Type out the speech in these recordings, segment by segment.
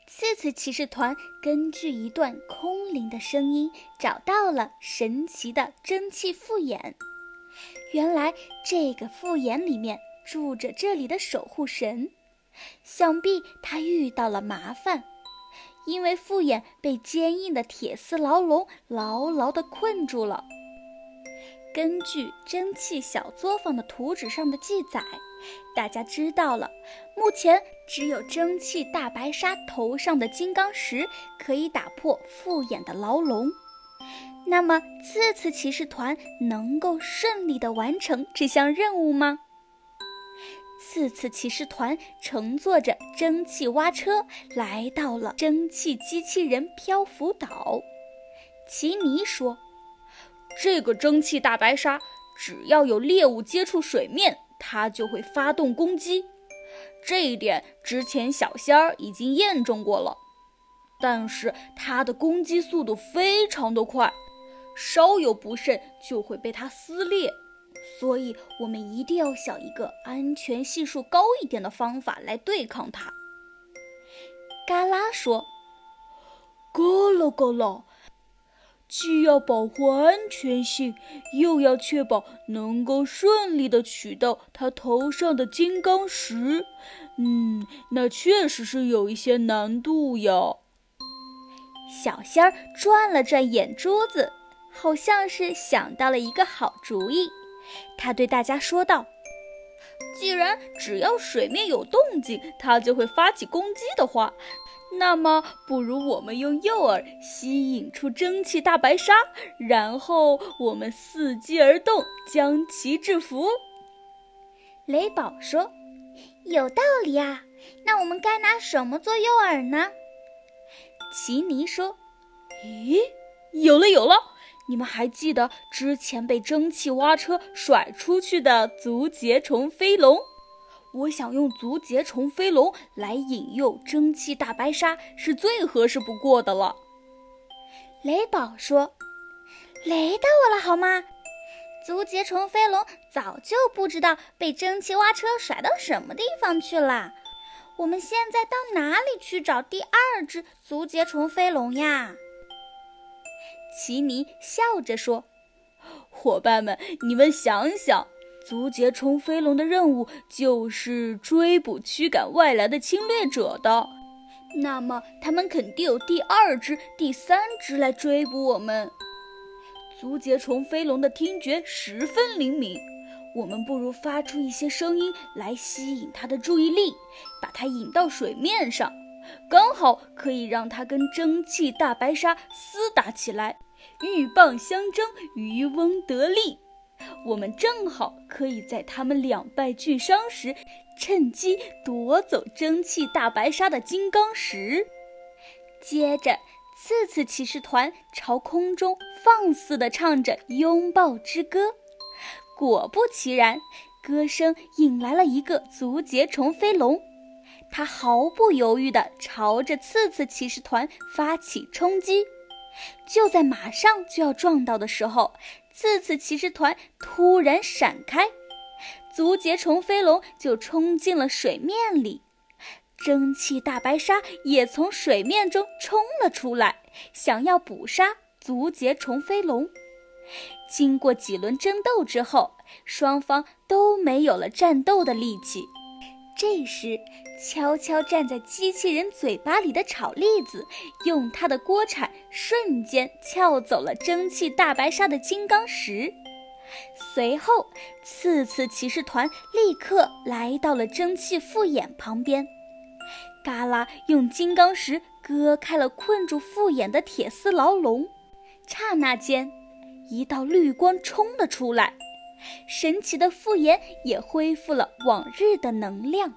次次骑士团根据一段空灵的声音，找到了神奇的蒸汽复眼。原来这个复眼里面住着这里的守护神，想必他遇到了麻烦，因为复眼被坚硬的铁丝牢笼牢牢地困住了。根据蒸汽小作坊的图纸上的记载，大家知道了，目前只有蒸汽大白鲨头上的金刚石可以打破复眼的牢笼。那么次次骑士团能够顺利地完成这项任务吗？次次骑士团乘坐着蒸汽蛙车来到了蒸汽机器人漂浮岛。奇尼说， 这个蒸汽大白鲨只要有猎物接触水面，它就会发动攻击。这一点之前小仙儿已经验证过了，但是它的攻击速度非常的快，稍有不慎就会被它撕裂，所以我们一定要想一个安全系数高一点的方法来对抗它。 嘎拉说， 嘎啦嘎啦，既要保护安全性，又要确保能够顺利地取到他头上的金刚石，那确实是有一些难度呀。 小仙儿转了转眼珠子，好像是想到了一个好主意。他对大家说道， 既然只要水面有动静，它就会发起攻击的话，那么不如我们用诱饵吸引出蒸汽大白鲨，然后我们伺机而动，将其制服。 雷宝说，有道理啊，那我们该拿什么做诱饵呢？奇尼说， 咦，有了，你们还记得之前被蒸汽蛙车甩出去的足节虫飞龙？我想用足节虫飞龙来引诱蒸汽大白鲨是最合适不过的了。 雷宝说，雷到我了好吗？足节虫飞龙早就不知道被蒸汽蛙车甩到什么地方去了，我们现在到哪里去找第二只足节虫飞龙呀？ 奇尼笑着说，伙伴们，你们想想，足节虫飞龙的任务就是追捕驱赶外来的侵略者的，那么他们肯定有第二只、第三只来追捕我们。足节虫飞龙的听觉十分灵敏，我们不如发出一些声音来吸引它的注意力，把它引到水面上，刚好可以让它跟蒸汽大白鲨厮打起来，鹬蚌相争，渔翁得利。我们正好可以在他们两败俱伤时，趁机夺走蒸汽大白鲨的金刚石。 接着次次骑士团朝空中放肆地唱着拥抱之歌，果不其然，歌声引来了一个足节虫飞龙，它毫不犹豫地朝着次次骑士团发起冲击。就在马上就要撞到的时候，次次骑士团突然闪开，足节虫飞龙就冲进了水面里，蒸汽大白鲨也从水面中冲了出来，想要捕杀足节虫飞龙。经过几轮争斗之后，双方都没有了战斗的力气。这时悄悄站在机器人嘴巴里的炒栗子用他的锅铲瞬间撬走了蒸汽大白鲨的金刚石。随后次次骑士团立刻来到了蒸汽复眼旁边，嘎啦用金刚石割开了困住复眼的铁丝牢笼，刹那间一道绿光冲了出来，神奇的复眼也恢复了往日的能量。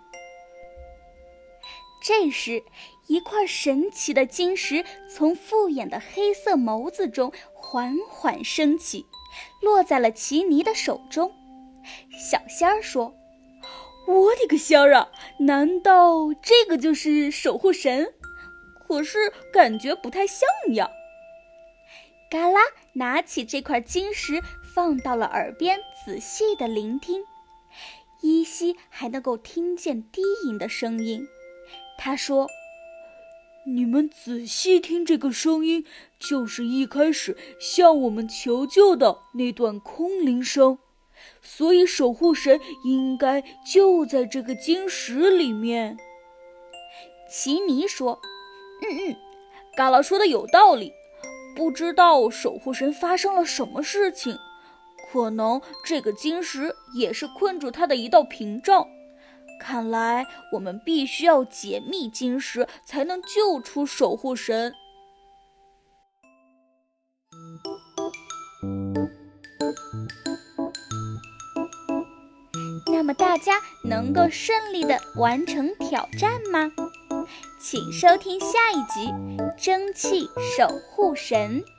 这时一块神奇的金石从复眼的黑色眸子中缓缓升起，落在了奇尼的手中。小仙儿说， 我的个仙儿啊，难道这个就是守护神？可是感觉不太像呀。 嘎啦拿起这块金石放到了耳边仔细地聆听，依稀还能够听见低吟的声音。他说， 你们仔细听这个声音，就是一开始向我们求救的那段空灵声，所以守护神应该就在这个晶石里面。 奇尼说：嘎啦说的有道理，不知道守护神发生了什么事情，可能这个晶石也是困住他的一道屏障。看来我们必须要解密晶石，才能救出守护神。 那么大家能够顺利地完成挑战吗？请收听下一集《蒸汽守护神》。